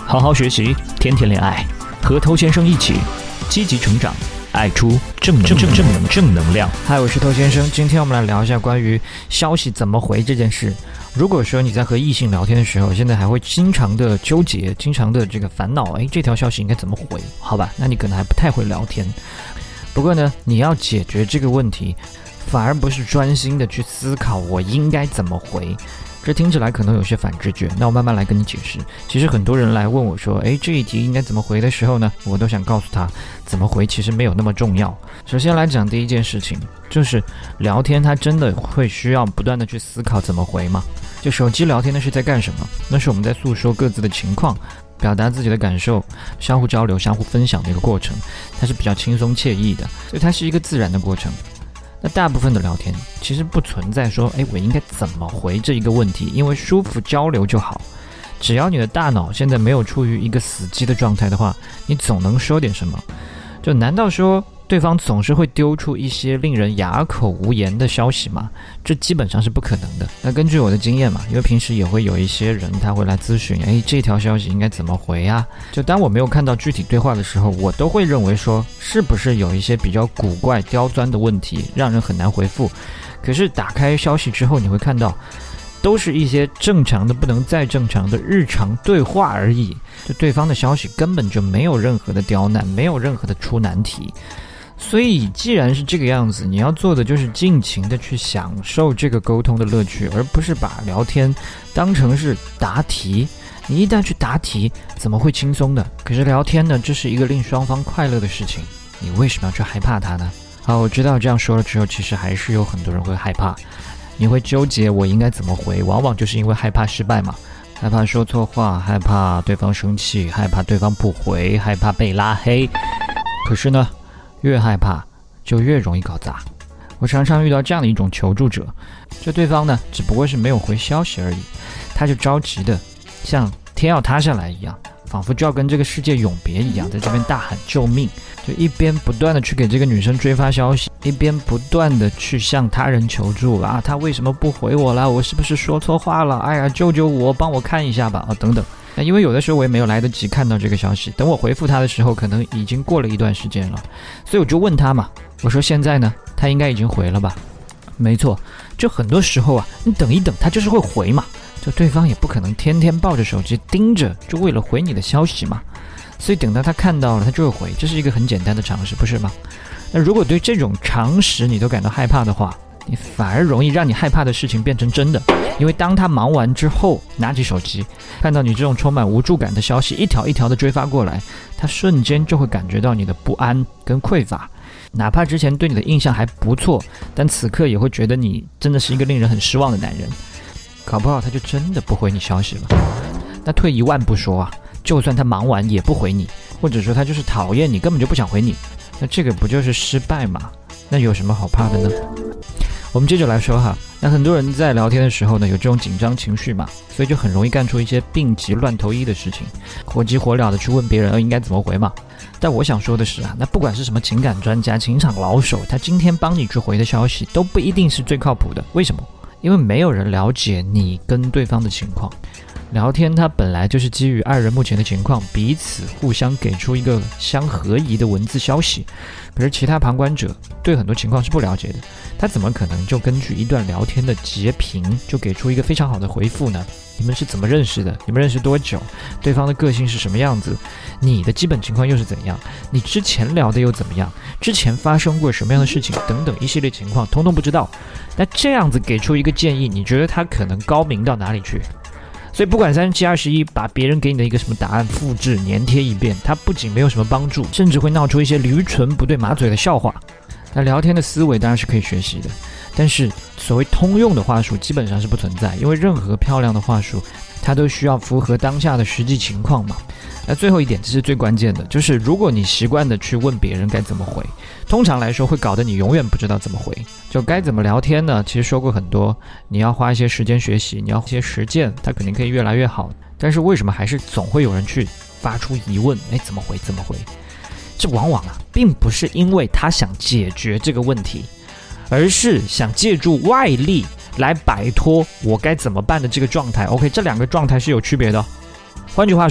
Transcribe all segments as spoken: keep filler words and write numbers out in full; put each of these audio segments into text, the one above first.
好好学习，天天恋爱，和头先生一起积极成长，爱出正能正正能正能量。 嗨，我是头先生，今天我们来聊一下关于消息怎么回这件事。如果说你在和异性聊天的时候，现在还会经常的纠结，经常的这个烦恼，诶，这条消息应该怎么回？好吧，那你可能还不太会聊天。不过呢，你要解决这个问题，反而不是专心的去思考我应该怎么回。这听起来可能有些反直觉，那我慢慢来跟你解释。其实很多人来问我说，诶，这一题应该怎么回的时候呢，我都想告诉他，怎么回其实没有那么重要。首先来讲第一件事情，就是聊天它真的会需要不断的去思考怎么回吗？就手机聊天那是在干什么？那是我们在诉说各自的情况，表达自己的感受，相互交流，相互分享的一个过程，它是比较轻松惬意的，所以它是一个自然的过程。那大部分的聊天其实不存在说，诶，我应该怎么回这一个问题，因为舒服交流就好。只要你的大脑现在没有处于一个死机的状态的话，你总能说点什么。就难道说对方总是会丢出一些令人哑口无言的消息吗？这基本上是不可能的。那根据我的经验嘛，因为平时也会有一些人他会来咨询，诶，这条消息应该怎么回啊？就当我没有看到具体对话的时候，我都会认为说，是不是有一些比较古怪刁钻的问题，让人很难回复。可是打开消息之后，你会看到都是一些正常的不能再正常的日常对话而已，就对方的消息根本就没有任何的刁难，没有任何的出难题。所以既然是这个样子，你要做的就是尽情的去享受这个沟通的乐趣，而不是把聊天当成是答题。你一旦去答题，怎么会轻松的？可是聊天呢，这是一个令双方快乐的事情，你为什么要去害怕它呢？好，我知道这样说了之后，其实还是有很多人会害怕，你会纠结我应该怎么回，往往就是因为害怕失败嘛，害怕说错话，害怕对方生气，害怕对方不回，害怕被拉黑。可是呢，越害怕就越容易搞砸。我常常遇到这样的一种求助者，就对方呢只不过是没有回消息而已，他就着急的像天要塌下来一样，仿佛就要跟这个世界永别一样，在这边大喊救命，就一边不断的去给这个女生追发消息，一边不断的去向他人求助啊，他为什么不回我啦？我是不是说错话了？哎呀，救救我，帮我看一下吧啊，等等。那因为有的时候我也没有来得及看到这个消息，等我回复他的时候，可能已经过了一段时间了，所以我就问他嘛，我说现在呢，他应该已经回了吧？没错，就很多时候啊，你等一等，他就是会回嘛，就对方也不可能天天抱着手机盯着，就为了回你的消息嘛，所以等到他看到了，他就会回，这是一个很简单的常识，不是吗？那如果对这种常识你都感到害怕的话，你反而容易让你害怕的事情变成真的，因为当他忙完之后，拿起手机，看到你这种充满无助感的消息一条一条的追发过来，他瞬间就会感觉到你的不安跟匮乏，哪怕之前对你的印象还不错，但此刻也会觉得你真的是一个令人很失望的男人，搞不好他就真的不回你消息了。那退一万步说啊，就算他忙完也不回你，或者说他就是讨厌你，根本就不想回你，那这个不就是失败吗？那有什么好怕的呢？我们接着来说哈，那很多人在聊天的时候呢，有这种紧张情绪嘛，所以就很容易干出一些病急乱投医的事情，火急火燎的去问别人应该怎么回嘛。但我想说的是啊，那不管是什么情感专家、情场老手，他今天帮你去回的消息都不一定是最靠谱的。为什么？因为没有人了解你跟对方的情况。聊天它本来就是基于二人目前的情况，彼此互相给出一个相合宜的文字消息，可是其他旁观者对很多情况是不了解的，他怎么可能就根据一段聊天的截屏就给出一个非常好的回复呢？你们是怎么认识的？你们认识多久？对方的个性是什么样子？你的基本情况又是怎样？你之前聊的又怎么样？之前发生过什么样的事情？等等一系列情况通通不知道。那这样子给出一个建议，你觉得他可能高明到哪里去？所以不管三十七二十一，把别人给你的一个什么答案复制粘贴一遍，它不仅没有什么帮助，甚至会闹出一些驴唇不对马嘴的笑话。那聊天的思维当然是可以学习的，但是所谓通用的话术基本上是不存在，因为任何漂亮的话术它都需要符合当下的实际情况嘛。那最后一点，这是最关键的，就是如果你习惯的去问别人该怎么回，通常来说会搞得你永远不知道怎么回。就该怎么聊天呢？其实说过很多，你要花一些时间学习，你要一些实践，它肯定可以越来越好。但是为什么还是总会有人去发出疑问？哎，怎么回？怎么回？这往往啊，并不是因为他想解决这个问题，而是想借助外力来摆脱我该怎么办的这个状态。OK， 这两个状态是有区别的。换句话说，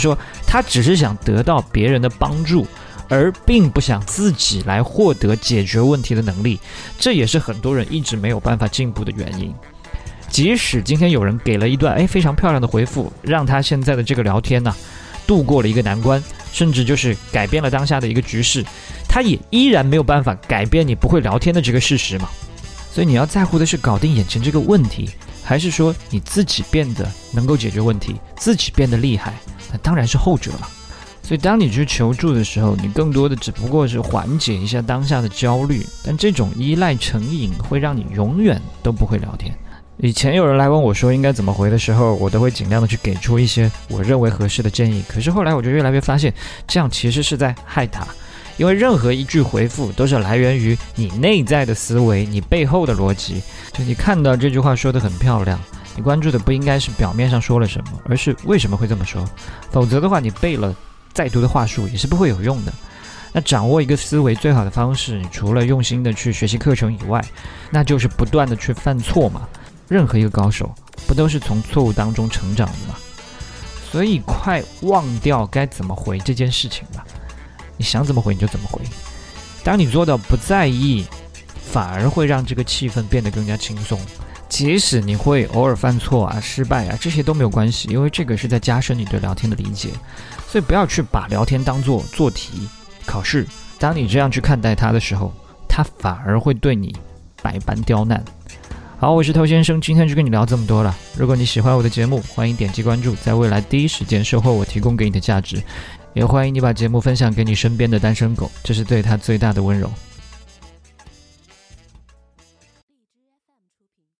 他只是想得到别人的帮助，而并不想自己来获得解决问题的能力，这也是很多人一直没有办法进步的原因。即使今天有人给了一段哎非常漂亮的回复，让他现在的这个聊天呢、啊、度过了一个难关，甚至就是改变了当下的一个局势，他也依然没有办法改变你不会聊天的这个事实嘛。所以你要在乎的是搞定眼前这个问题，还是说你自己变得能够解决问题，自己变得厉害？那当然是后者了。所以当你去求助的时候，你更多的只不过是缓解一下当下的焦虑，但这种依赖成瘾会让你永远都不会聊天。以前有人来问我说应该怎么回的时候，我都会尽量的去给出一些我认为合适的建议，可是后来我就越来越发现，这样其实是在害他。因为任何一句回复都是来源于你内在的思维，你背后的逻辑。就你看到这句话说得很漂亮，你关注的不应该是表面上说了什么，而是为什么会这么说。否则的话，你背了再多的话术也是不会有用的。那掌握一个思维最好的方式，你除了用心的去学习课程以外，那就是不断的去犯错嘛。任何一个高手不都是从错误当中成长的吗？所以快忘掉该怎么回这件事情吧，你想怎么回你就怎么回。当你做到不在意，反而会让这个气氛变得更加轻松。即使你会偶尔犯错啊、失败啊，这些都没有关系，因为这个是在加深你对聊天的理解。所以不要去把聊天当作做题、考试。当你这样去看待它的时候，它反而会对你百般刁难。好，我是头先生，今天就跟你聊这么多了。如果你喜欢我的节目，欢迎点击关注，在未来第一时间收获我提供给你的价值。也欢迎你把节目分享给你身边的单身狗，这是对他最大的温柔。